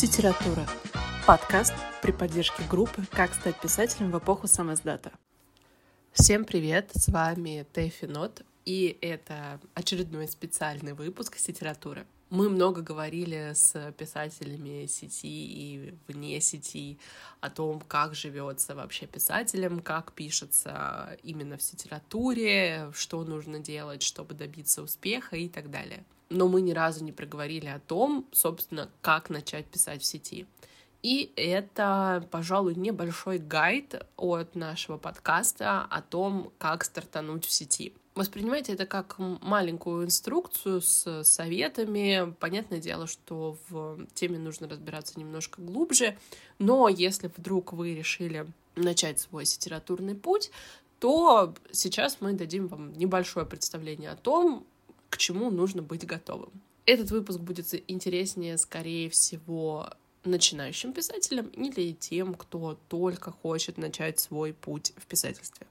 Ситература. Подкаст при поддержке группы «Как стать писателем в эпоху самиздата». Всем привет, с вами Тэфи Нот, и это очередной специальный выпуск Ситературы. Мы много говорили с писателями сети и вне сети о том, как живется вообще писателям, как пишется именно в ситературе, что нужно делать, чтобы добиться успеха и так далее. Но мы ни разу не проговорили о том, собственно, как начать писать в сети. И это, пожалуй, небольшой гайд от нашего подкаста о том, как стартануть в сети. Воспринимайте это как маленькую инструкцию с советами. Понятное дело, что в теме нужно разбираться немножко глубже, но если вдруг вы решили начать свой ситературный путь, то сейчас мы дадим вам небольшое представление о том, к чему нужно быть готовым. Этот выпуск будет интереснее, скорее всего, начинающим писателям или тем, кто только хочет начать свой путь в писательстве.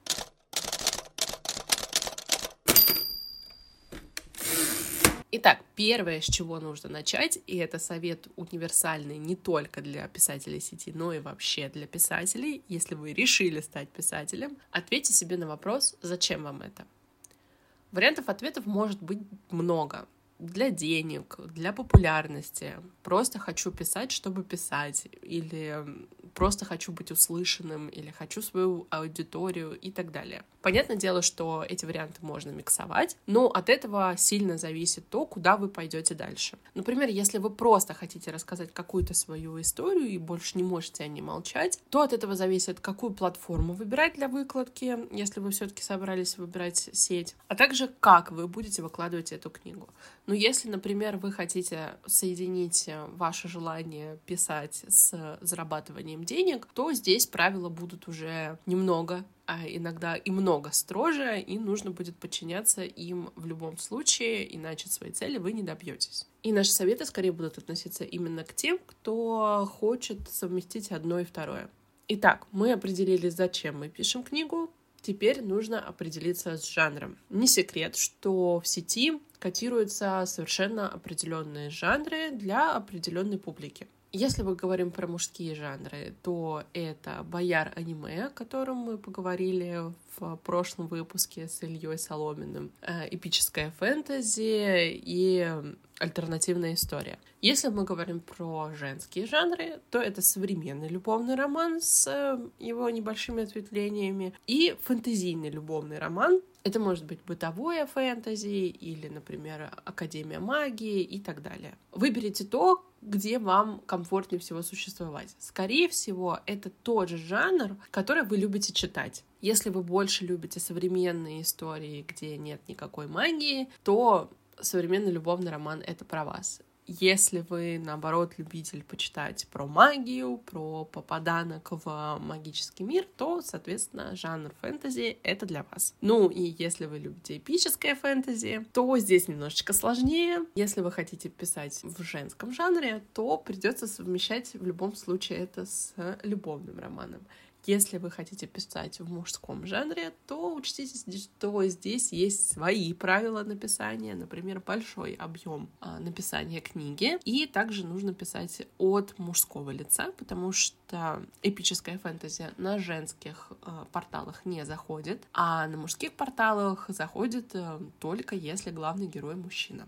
Итак, первое, с чего нужно начать, и это совет универсальный не только для писателей сети, но и вообще для писателей, если вы решили стать писателем, ответьте себе на вопрос, зачем вам это. Вариантов ответов может быть много. Для денег, для популярности, просто хочу писать, чтобы писать, или просто хочу быть услышанным, или хочу свою аудиторию и так далее. Понятное дело, что эти варианты можно миксовать, но от этого сильно зависит то, куда вы пойдете дальше. Например, если вы просто хотите рассказать какую-то свою историю и больше не можете о ней молчать, то от этого зависит, какую платформу выбирать для выкладки, если вы все-таки собрались выбирать сеть, а также как вы будете выкладывать эту книгу. Но если, например, вы хотите соединить ваше желание писать с зарабатыванием денег, то здесь правила будут уже немного, а иногда и много строже, и нужно будет подчиняться им в любом случае, иначе своей цели вы не добьетесь. И наши советы скорее будут относиться именно к тем, кто хочет совместить одно и второе. Итак, мы определились, зачем мы пишем книгу. Теперь нужно определиться с жанром. Не секрет, что в сети котируются совершенно определенные жанры для определенной публики. Если мы говорим про мужские жанры, то это бояр-аниме, о котором мы поговорили в прошлом выпуске с Ильей Соломиным, эпическое фэнтези и альтернативная история. Если мы говорим про женские жанры, то это современный любовный роман с его небольшими ответвлениями и фэнтезийный любовный роман. Это может быть бытовое фэнтези или, например, Академия магии и так далее. Выберите то, где вам комфортнее всего существовать. Скорее всего, это тот же жанр, который вы любите читать. Если вы больше любите современные истории, где нет никакой магии, то современный любовный роман — это про вас. Если вы, наоборот, любитель почитать про магию, про попаданок в магический мир, то, соответственно, жанр фэнтези — это для вас. Ну и если вы любите эпическое фэнтези, то здесь немножечко сложнее. Если вы хотите писать в женском жанре, то придется совмещать в любом случае это с любовным романом. Если вы хотите писать в мужском жанре, то учтите, что здесь есть свои правила написания, например, большой объем написания книги, и также нужно писать от мужского лица, потому что эпическая фэнтези на женских порталах не заходит, а на мужских порталах заходит только если главный герой мужчина.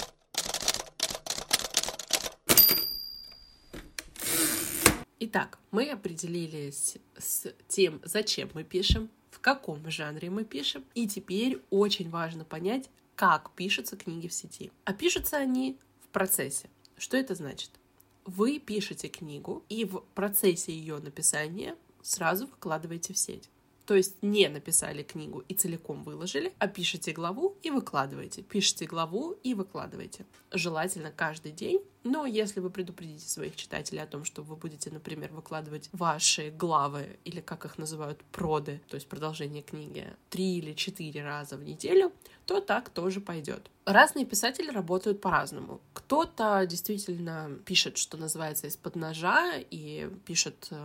Итак, мы определились с тем, зачем мы пишем, в каком жанре мы пишем, и теперь очень важно понять, как пишутся книги в сети. А пишутся они в процессе. Что это значит? Вы пишете книгу, и в процессе ее написания сразу выкладываете в сеть. То есть не написали книгу и целиком выложили, а пишете главу и выкладываете. Пишете главу и выкладываете. Желательно каждый день. Но если вы предупредите своих читателей о том, что вы будете, например, выкладывать ваши главы, или как их называют, проды, то есть продолжение книги, 3 или 4 раза в неделю, то так тоже пойдет. Разные писатели работают по-разному. Кто-то действительно пишет, что называется, из-под ножа, и пишет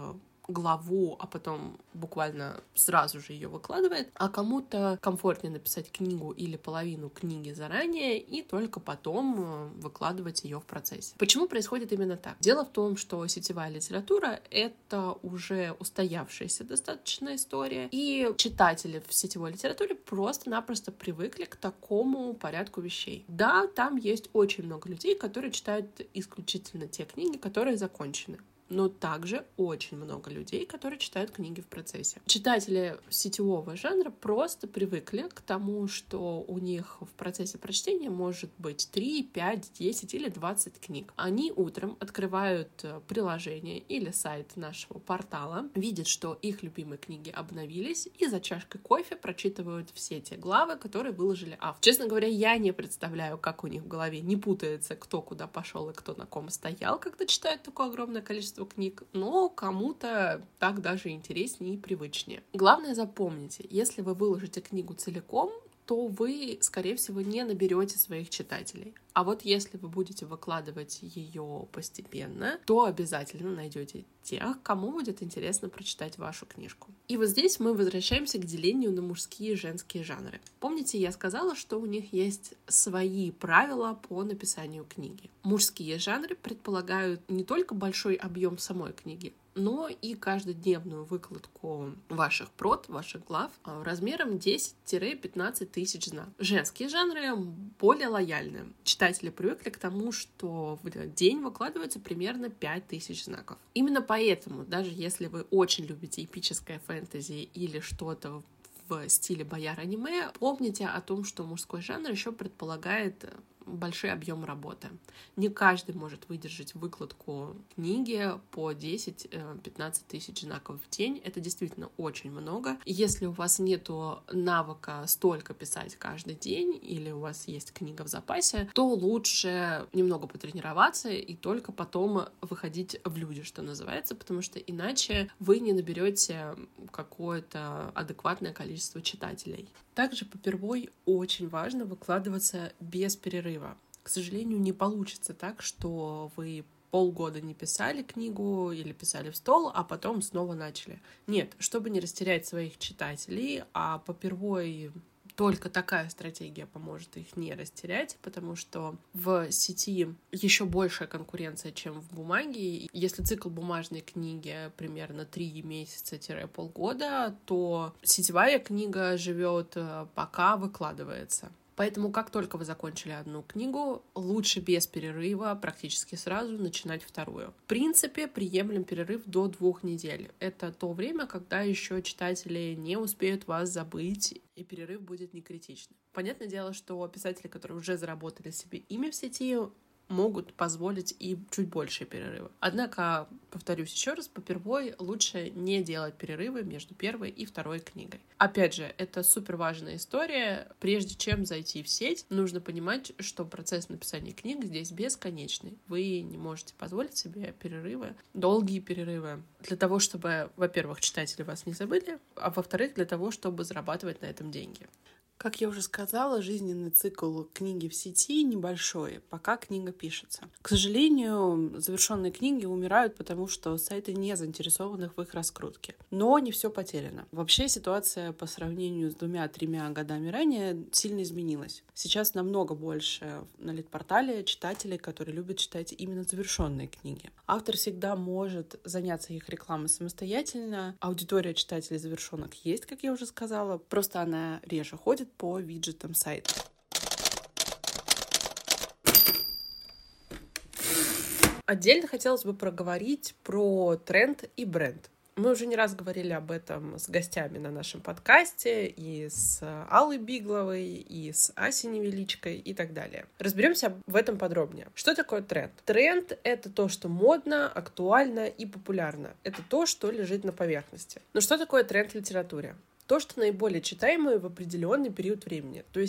главу, а потом буквально сразу же ее выкладывает, а кому-то комфортнее написать книгу или половину книги заранее и только потом выкладывать ее в процессе. Почему происходит именно так? Дело в том, что сетевая литература — это уже устоявшаяся достаточно история, и читатели в сетевой литературе просто-напросто привыкли к такому порядку вещей. Да, там есть очень много людей, которые читают исключительно те книги, которые закончены. Но также очень много людей, которые читают книги в процессе. Читатели сетевого жанра просто привыкли к тому, что у них в процессе прочтения может быть 3, 5, 10 или 20 книг. Они утром открывают приложение или сайт нашего портала, видят, что их любимые книги обновились, и за чашкой кофе прочитывают все те главы, которые выложили автор. Честно говоря, я не представляю, как у них в голове не путается, кто куда пошел и кто на ком стоял, когда читают такое огромное количество книг, но кому-то так даже интереснее и привычнее. Главное, запомните, если вы выложите книгу целиком, то вы, скорее всего, не наберете своих читателей. А вот если вы будете выкладывать ее постепенно, то обязательно найдете тех, кому будет интересно прочитать вашу книжку. И вот здесь мы возвращаемся к делению на мужские и женские жанры. Помните, я сказала, что у них есть свои правила по написанию книги. Мужские жанры предполагают не только большой объем самой книги, но и каждодневную выкладку ваших прот, ваших глав размером 10-15 тысяч знаков. Женские жанры более лояльны. Читатели привыкли к тому, что в день выкладывается примерно 5000 знаков. Именно поэтому, даже если вы очень любите эпическое фэнтези или что-то в стиле бояр-аниме, помните о том, что мужской жанр еще предполагает большой объем работы. Не каждый может выдержать выкладку книги по 10-15 тысяч знаков в день. Это действительно очень много. Если у вас нету навыка столько писать каждый день, или у вас есть книга в запасе, то лучше немного потренироваться и только потом выходить в люди, что называется, потому что иначе вы не наберете какое-то адекватное количество читателей. Также попервой очень важно выкладываться без перерыва. К сожалению, не получится так, что вы полгода не писали книгу или писали в стол, а потом снова начали. Нет, чтобы не растерять своих читателей, а попервой только такая стратегия поможет их не растерять, потому что в сети еще большая конкуренция, чем в бумаге. Если цикл бумажной книги примерно 3 месяца-полгода, то сетевая книга живет пока выкладывается. Поэтому, как только вы закончили одну книгу, лучше без перерыва практически сразу начинать вторую. В принципе, приемлем перерыв до 2 недель. Это то время, когда еще читатели не успеют вас забыть, и перерыв будет не критичный. Понятное дело, что писатели, которые уже заработали себе имя в сети, могут позволить и чуть больше перерыва. Однако, повторюсь еще раз, попервой лучше не делать перерывы между первой и второй книгой. Опять же, это супер важная история. Прежде чем зайти в сеть, нужно понимать, что процесс написания книг здесь бесконечный. Вы не можете позволить себе перерывы, долгие перерывы, для того, чтобы, во-первых, читатели вас не забыли, а во-вторых, для того, чтобы зарабатывать на этом деньги. Как я уже сказала, жизненный цикл книги в сети небольшой, пока книга пишется. К сожалению, завершенные книги умирают, потому что сайты не заинтересованы в их раскрутке. Но не все потеряно. Вообще ситуация по сравнению с 2-3 годами ранее сильно изменилась. Сейчас намного больше на Литпортале читателей, которые любят читать именно завершенные книги. Автор всегда может заняться их рекламой самостоятельно. Аудитория читателей завершенок есть, как я уже сказала, просто она реже ходит по виджетам сайта. Отдельно хотелось бы проговорить про тренд и бренд. Мы уже не раз говорили об этом с гостями на нашем подкасте, и с Аллой Бигловой, и с Асей Невеличкой, и так далее. Разберемся в этом подробнее. Что такое тренд? Тренд — это то, что модно, актуально и популярно. Это то, что лежит на поверхности. Но что такое тренд в литературе? То, что наиболее читаемое в определенный период времени. То есть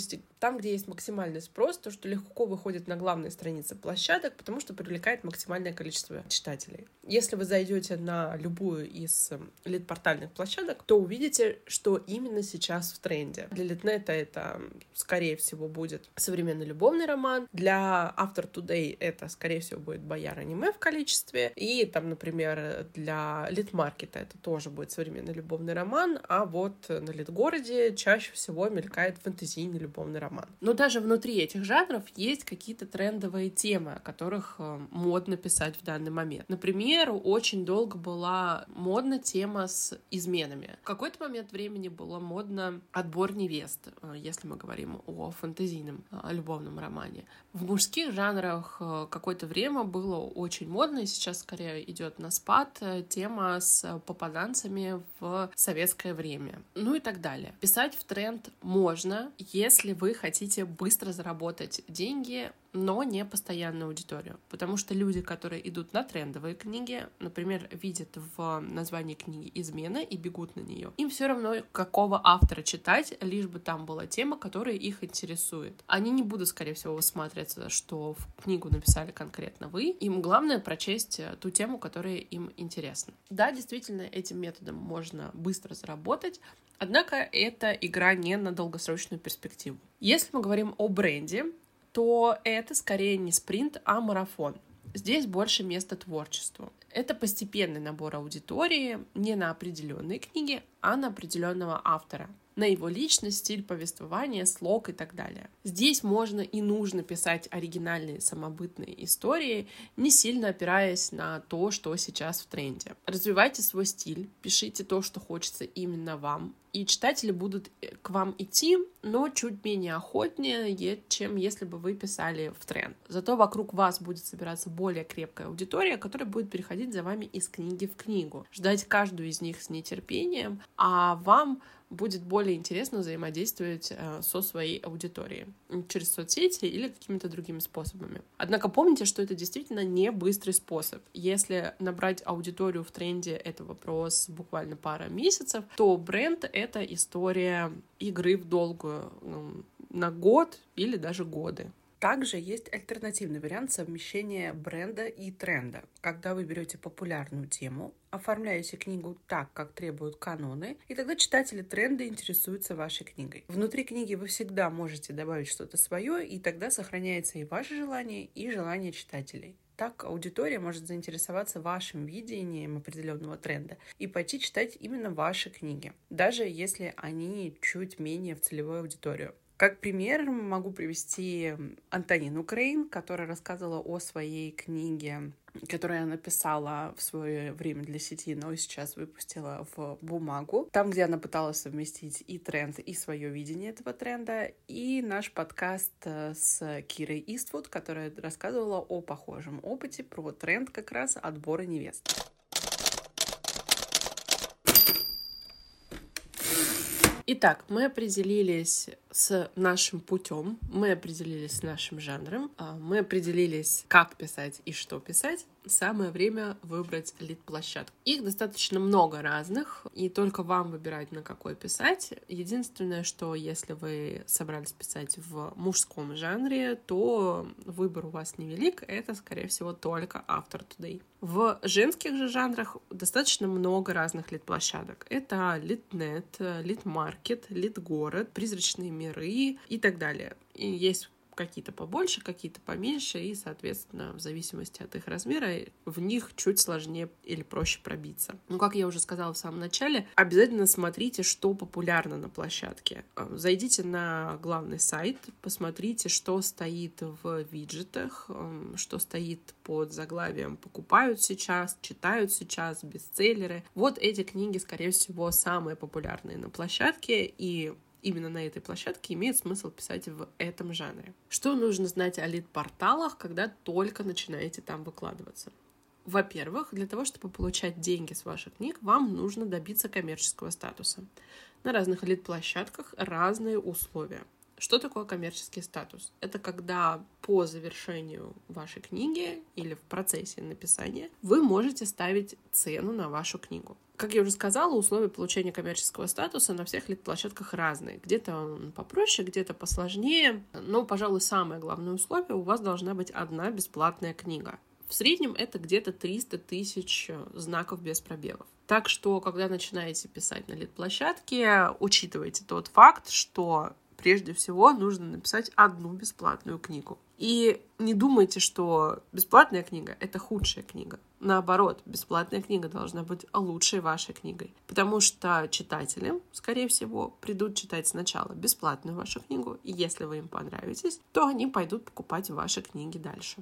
там, где есть максимальный спрос, то, что легко выходит на главные страницы площадок, потому что привлекает максимальное количество читателей. Если вы зайдете на любую из лид-портальных площадок, то увидите, что именно сейчас в тренде. Для Литнета это, скорее всего, будет современный любовный роман. Для After Today это, скорее всего, будет бояр аниме в количестве. И там, например, для Литмаркета это тоже будет современный любовный роман, а вот на Литгороде чаще всего мелькает фэнтезийный любовный роман. Но даже внутри этих жанров есть какие-то трендовые темы, о которых модно писать в данный момент. Например, очень долго была модна тема с изменами. В какой-то момент времени было модно отбор невест, если мы говорим о фэнтезийном любовном романе. В мужских жанрах какое-то время было очень модно, и сейчас скорее идет на спад тема с попаданцами в советское время. Ну и так далее. Писать в тренд можно, если вы хотите быстро заработать деньги, но не постоянную аудиторию. Потому что люди, которые идут на трендовые книги, например, видят в названии книги «Измена» и бегут на нее, им все равно, какого автора читать, лишь бы там была тема, которая их интересует. Они не будут, скорее всего, высматриваться, что в книгу написали конкретно вы. Им главное прочесть ту тему, которая им интересна. Да, действительно, этим методом можно быстро заработать, однако это игра не на долгосрочную перспективу. Если мы говорим о бренде, то это скорее не спринт, а марафон. Здесь больше места творчеству. Это постепенный набор аудитории не на определенные книги, а на определенного автора, на его личность, стиль повествования, слог и так далее. Здесь можно и нужно писать оригинальные самобытные истории, не сильно опираясь на то, что сейчас в тренде. Развивайте свой стиль, пишите то, что хочется именно вам, и читатели будут к вам идти, но чуть менее охотнее, чем если бы вы писали в тренд. Зато вокруг вас будет собираться более крепкая аудитория, которая будет переходить за вами из книги в книгу, ждать каждую из них с нетерпением, а вам будет более интересно взаимодействовать со своей аудиторией через соцсети или какими-то другими способами. Однако помните, что это действительно не быстрый способ. Если набрать аудиторию в тренде — это вопрос буквально пара месяцев, то бренд — это история игры в долгую, на год или даже годы. Также есть альтернативный вариант совмещения бренда и тренда, когда вы берете популярную тему, оформляете книгу так, как требуют каноны, и тогда читатели тренда интересуются вашей книгой. Внутри книги вы всегда можете добавить что-то свое, и тогда сохраняется и ваше желание, и желание читателей. Так аудитория может заинтересоваться вашим видением определенного тренда и пойти читать именно ваши книги, даже если они чуть менее в целевую аудиторию. Как пример могу привести Антонину Крейн, которая рассказывала о своей книге, которую она написала в свое время для сети, но сейчас выпустила в бумагу. Там, где она пыталась совместить и тренд, и свое видение этого тренда, и наш подкаст с Кирой Иствуд, которая рассказывала о похожем опыте про тренд как раз отбора невест. Итак, мы определились с нашим путем, мы определились с нашим жанром, мы определились, как писать и что писать. Самое время выбрать лид-площадку. Их достаточно много разных, и только вам выбирать, на какой писать. Единственное, что если вы собрались писать в мужском жанре, то выбор у вас невелик, это, скорее всего, только After Today. В женских же жанрах достаточно много разных лид-площадок. Это Литнет, Литмаркет, Литгород, Призрачные миры и так далее. И есть какие-то побольше, какие-то поменьше, и, соответственно, в зависимости от их размера, в них чуть сложнее или проще пробиться. Ну, как я уже сказала в самом начале, обязательно смотрите, что популярно на площадке. Зайдите на главный сайт, посмотрите, что стоит в виджетах, что стоит под заглавием «Покупают сейчас», «Читают сейчас», «Бестселлеры». Вот эти книги, скорее всего, самые популярные на площадке, и именно на этой площадке имеет смысл писать в этом жанре. Что нужно знать о лид-порталах, когда только начинаете там выкладываться? Во-первых, для того, чтобы получать деньги с ваших книг, вам нужно добиться коммерческого статуса. На разных лид-площадках разные условия. Что такое коммерческий статус? Это когда по завершению вашей книги или в процессе написания вы можете ставить цену на вашу книгу. Как я уже сказала, условия получения коммерческого статуса на всех площадках разные. Где-то он попроще, где-то посложнее. Но, пожалуй, самое главное условие — у вас должна быть одна бесплатная книга. В среднем это где-то 300 тысяч знаков без пробелов. Так что, когда начинаете писать на лид-площадке, учитывайте тот факт, что прежде всего нужно написать одну бесплатную книгу. И не думайте, что бесплатная книга — это худшая книга. Наоборот, бесплатная книга должна быть лучшей вашей книгой. Потому что читатели, скорее всего, придут читать сначала бесплатную вашу книгу, и если вы им понравитесь, то они пойдут покупать ваши книги дальше.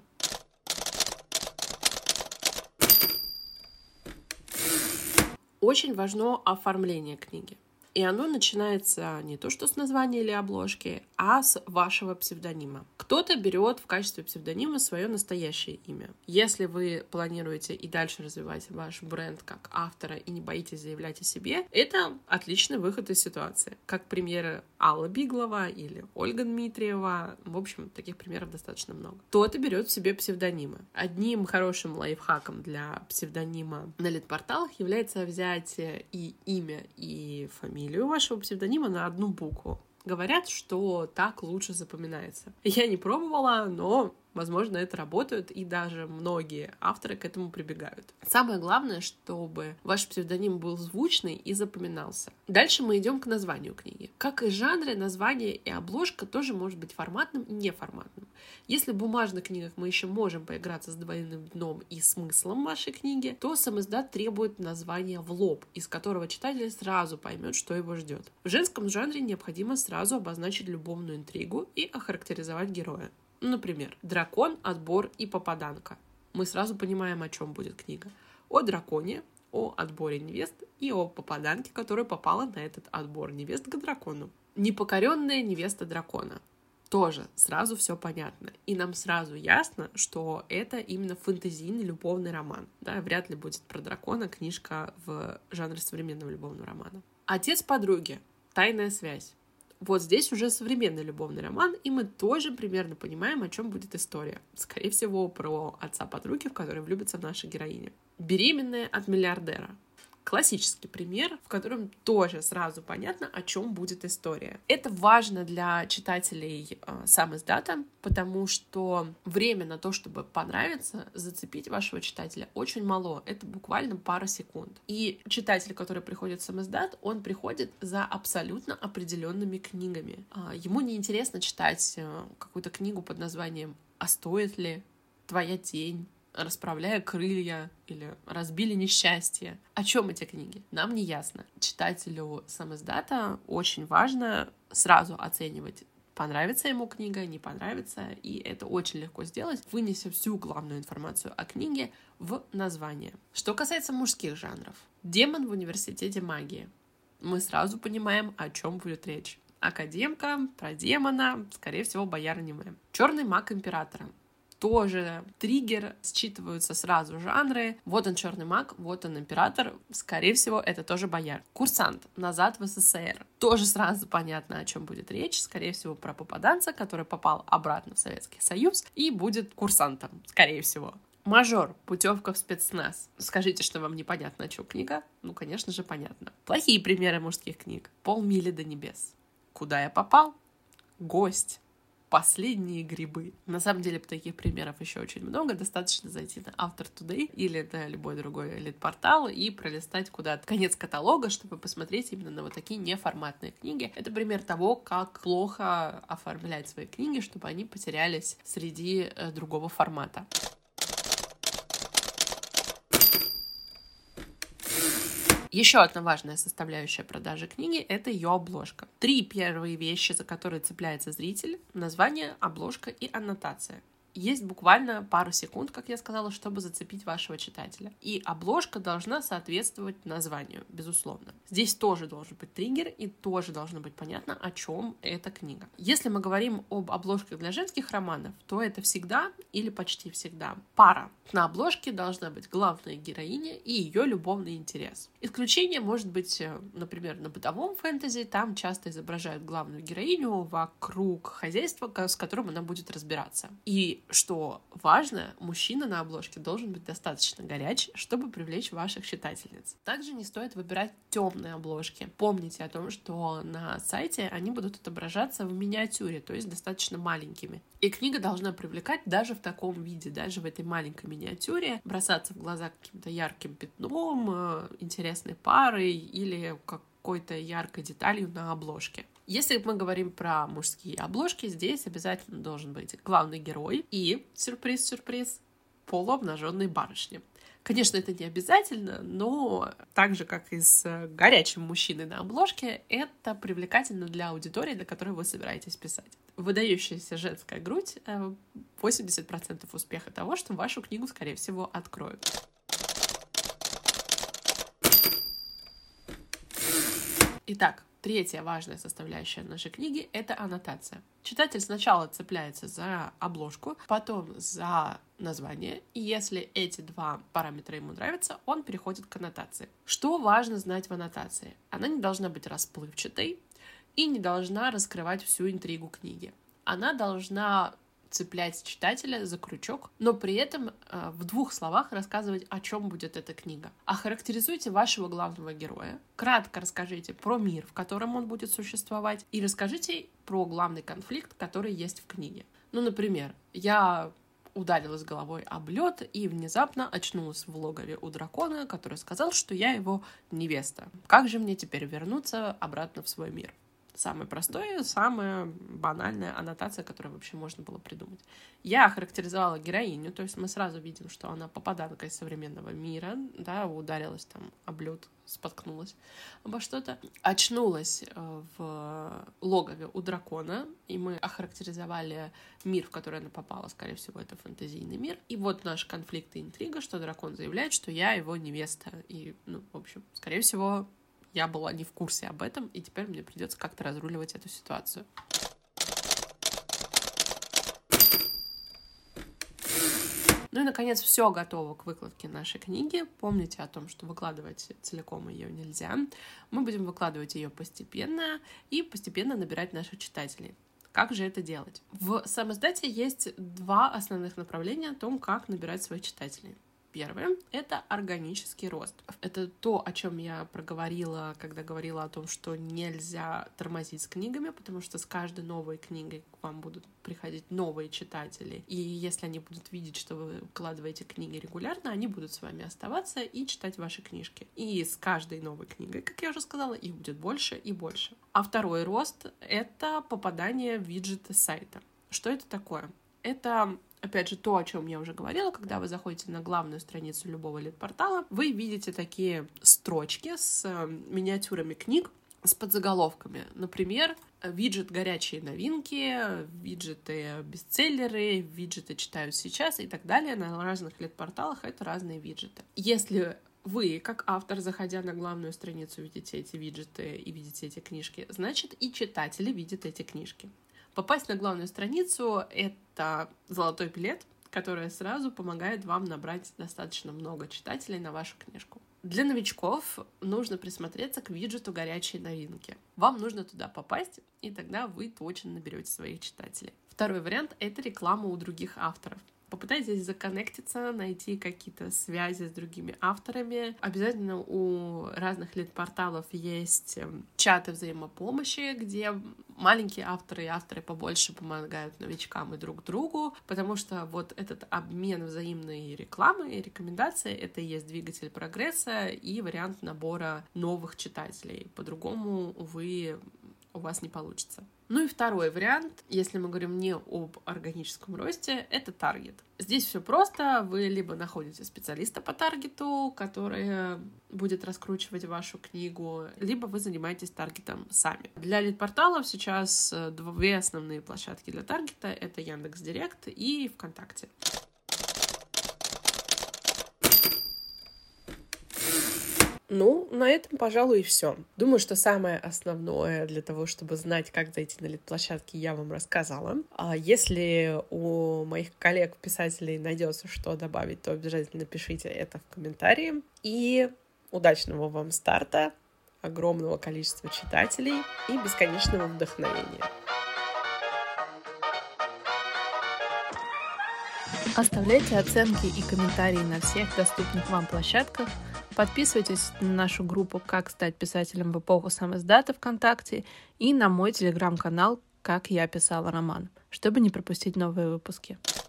Очень важно оформление книги. И оно начинается не то что с названия или обложки, а с вашего псевдонима. Кто-то берет в качестве псевдонима свое настоящее имя. Если вы планируете и дальше развивать ваш бренд как автора и не боитесь заявлять о себе, это отличный выход из ситуации. Как примеры Алла Биглова или Ольга Дмитриева. В общем, таких примеров достаточно много. Кто-то берет в себе псевдонимы. Одним хорошим лайфхаком для псевдонима на лид-порталах является взять и имя, и фамилию вашего псевдонима на одну букву. Говорят, что так лучше запоминается. Я не пробовала, но, возможно, это работает, и даже многие авторы к этому прибегают. Самое главное, чтобы ваш псевдоним был звучный и запоминался. Дальше мы идем к названию книги. Как и жанры, название и обложка тоже может быть форматным и неформатным. Если в бумажных книгах мы еще можем поиграться с двойным дном и смыслом вашей книги, то самиздат требует названия в лоб, из которого читатель сразу поймет, что его ждет. В женском жанре необходимо сразу обозначить любовную интригу и охарактеризовать героя. Например, дракон, отбор и попаданка. Мы сразу понимаем, о чем будет книга. О драконе, о отборе невест и о попаданке, которая попала на этот отбор невест к дракону. Непокоренная невеста дракона. Тоже сразу все понятно. И нам сразу ясно, что это именно фэнтезийный любовный роман. Да, вряд ли будет про дракона книжка в жанре современного любовного романа. Отец подруги. Тайная связь. Вот здесь уже современный любовный роман, и мы тоже примерно понимаем, о чем будет история. Скорее всего, про отца подруги, в которой влюбится наша героиня. Беременная от миллиардера. Классический пример, в котором тоже сразу понятно, о чем будет история. Это важно для читателей самиздата, потому что время на то, чтобы понравиться, зацепить вашего читателя, очень мало. Это буквально пара секунд. И читатель, который приходит в самиздат, он приходит за абсолютно определенными книгами. Ему неинтересно читать какую-то книгу под названием «А стоит ли?», «Твоя тень?», «Расправляя крылья» или «Разбили несчастье». О чем эти книги? Нам не ясно. Читателю самиздата очень важно сразу оценивать, понравится ему книга, не понравится, и это очень легко сделать, вынеся всю главную информацию о книге в название. Что касается мужских жанров. «Демон в университете магии». Мы сразу понимаем, о чем будет речь. Академка, про демона, скорее всего, бояр-аниме. «Черный маг императора». Тоже триггер, считываются сразу жанры. Вот он черный маг, вот он император. Скорее всего, это тоже бояр. «Курсант. Назад в СССР». Тоже сразу понятно, о чем будет речь. Скорее всего, про попаданца, который попал обратно в Советский Союз и будет курсантом, скорее всего. «Мажор. Путевка в спецназ». Скажите, что вам непонятно, о чем книга? Ну, конечно же, понятно. Плохие примеры мужских книг. «Полмили до небес». «Куда я попал?» «Гость». «Последние грибы». На самом деле, таких примеров еще очень много. Достаточно зайти на Author Today или на любой другой лид-портал и пролистать куда-то конец каталога, чтобы посмотреть именно на вот такие неформатные книги. Это пример того, как плохо оформлять свои книги, чтобы они потерялись среди другого формата. Еще одна важная составляющая продажи книги — это ее обложка. 3 первые вещи, за которые цепляется зритель — название, обложка и аннотация. есть буквально пару секунд, как я сказала, чтобы зацепить вашего читателя. И обложка должна соответствовать названию, безусловно. Здесь тоже должен быть триггер, и тоже должно быть понятно, о чем эта книга. Если мы говорим об обложках для женских романов, то это всегда или почти всегда пара. На обложке должна быть главная героиня и ее любовный интерес. Исключение может быть, например, на бытовом фэнтези. Там часто изображают главную героиню вокруг хозяйства, с которым она будет разбираться. И что важно, мужчина на обложке должен быть достаточно горяч, чтобы привлечь ваших читательниц. Также не стоит выбирать темные обложки. Помните о том, что на сайте они будут отображаться в миниатюре, то есть достаточно маленькими. И книга должна привлекать даже в таком виде, даже в этой маленькой миниатюре, бросаться в глаза каким-то ярким пятном, интересной парой или какой-то яркой деталью на обложке. Если мы говорим про мужские обложки, здесь обязательно должен быть главный герой и, сюрприз-сюрприз, полуобнаженные барышни. Конечно, это не обязательно, но так же, как и с горячим мужчиной на обложке, это привлекательно для аудитории, для которой вы собираетесь писать. Выдающаяся женская грудь — 80% успеха того, что вашу книгу, скорее всего, откроют. Итак, третья важная составляющая нашей книги — это аннотация. Читатель сначала цепляется за обложку, потом за название, и если эти два параметра ему нравятся, он переходит к аннотации. Что важно знать в аннотации? Она не должна быть расплывчатой и не должна раскрывать всю интригу книги. Она должна цеплять читателя за крючок, но при этом в 2 словах рассказывать, о чем будет эта книга. Охарактеризуйте вашего главного героя, кратко расскажите про мир, в котором он будет существовать, и расскажите про главный конфликт, который есть в книге. Ну, например, я ударилась головой об лед и внезапно очнулась в логове у дракона, который сказал, что я его невеста. Как же мне теперь вернуться обратно в свой мир? Самое простое, самая банальная аннотация, которую вообще можно было придумать. Я охарактеризовала героиню, то есть мы сразу видим, что она попаданка из современного мира, да, ударилась там об лед, споткнулась обо что-то, очнулась в логове у дракона, и мы охарактеризовали мир, в который она попала, скорее всего, это фэнтезийный мир. И вот наш конфликт и интрига, что дракон заявляет, что я его невеста, и, в общем, скорее всего, я была не в курсе об этом, и теперь мне придется как-то разруливать эту ситуацию. Ну и, наконец, все готово к выкладке нашей книги. Помните о том, что выкладывать целиком ее нельзя. Мы будем выкладывать ее постепенно и постепенно набирать наших читателей. Как же это делать? В самоиздате есть 2 основных направления о том, как набирать своих читателей. Первое — это органический рост. Это то, о чем я проговорила, когда говорила о том, что нельзя тормозить с книгами, потому что с каждой новой книгой к вам будут приходить новые читатели. И если они будут видеть, что вы выкладываете книги регулярно, они будут с вами оставаться и читать ваши книжки. И с каждой новой книгой, как я уже сказала, их будет больше и больше. А второй рост — это попадание в виджеты сайта. Что это такое? Это, опять же, то, о чем я уже говорила, когда вы заходите на главную страницу любого лид-портала, вы видите такие строчки с миниатюрами книг, с подзаголовками. Например, виджет «Горячие новинки», виджеты «Бестселлеры», виджеты «Читаю сейчас» и так далее. На разных лид-порталах это разные виджеты. Если вы, как автор, заходя на главную страницу, видите эти виджеты и видите эти книжки, значит, и читатели видят эти книжки. Попасть на главную страницу — это золотой билет, который сразу помогает вам набрать достаточно много читателей на вашу книжку. Для новичков нужно присмотреться к виджету «Горячие новинки». Вам нужно туда попасть, и тогда вы точно наберете своих читателей. Второй вариант — это реклама у других авторов. Попытайтесь законнектиться, найти какие-то связи с другими авторами. Обязательно у разных лид-порталов есть чаты взаимопомощи, где маленькие авторы и авторы побольше помогают новичкам и друг другу, потому что вот этот обмен взаимной рекламы и рекомендаций — это и есть двигатель прогресса и вариант набора новых читателей. По-другому, увы, у вас не получится. Ну и второй вариант, если мы говорим не об органическом росте, это таргет. Здесь все просто. Вы либо находите специалиста по таргету, который будет раскручивать вашу книгу, либо вы занимаетесь таргетом сами. Для лид-порталов сейчас две основные площадки для таргета — это Яндекс.Директ и ВКонтакте. Ну, на этом, пожалуй, и все. Думаю, что самое основное для того, чтобы знать, как зайти на лид-площадки, я вам рассказала. А если у моих коллег-писателей найдется что добавить, то обязательно пишите это в комментарии. И удачного вам старта, огромного количества читателей и бесконечного вдохновения. Оставляйте оценки и комментарии на всех доступных вам площадках. Подписывайтесь на нашу группу «Как стать писателем в эпоху самиздата» ВКонтакте и на мой телеграм-канал «Как я писала роман», чтобы не пропустить новые выпуски.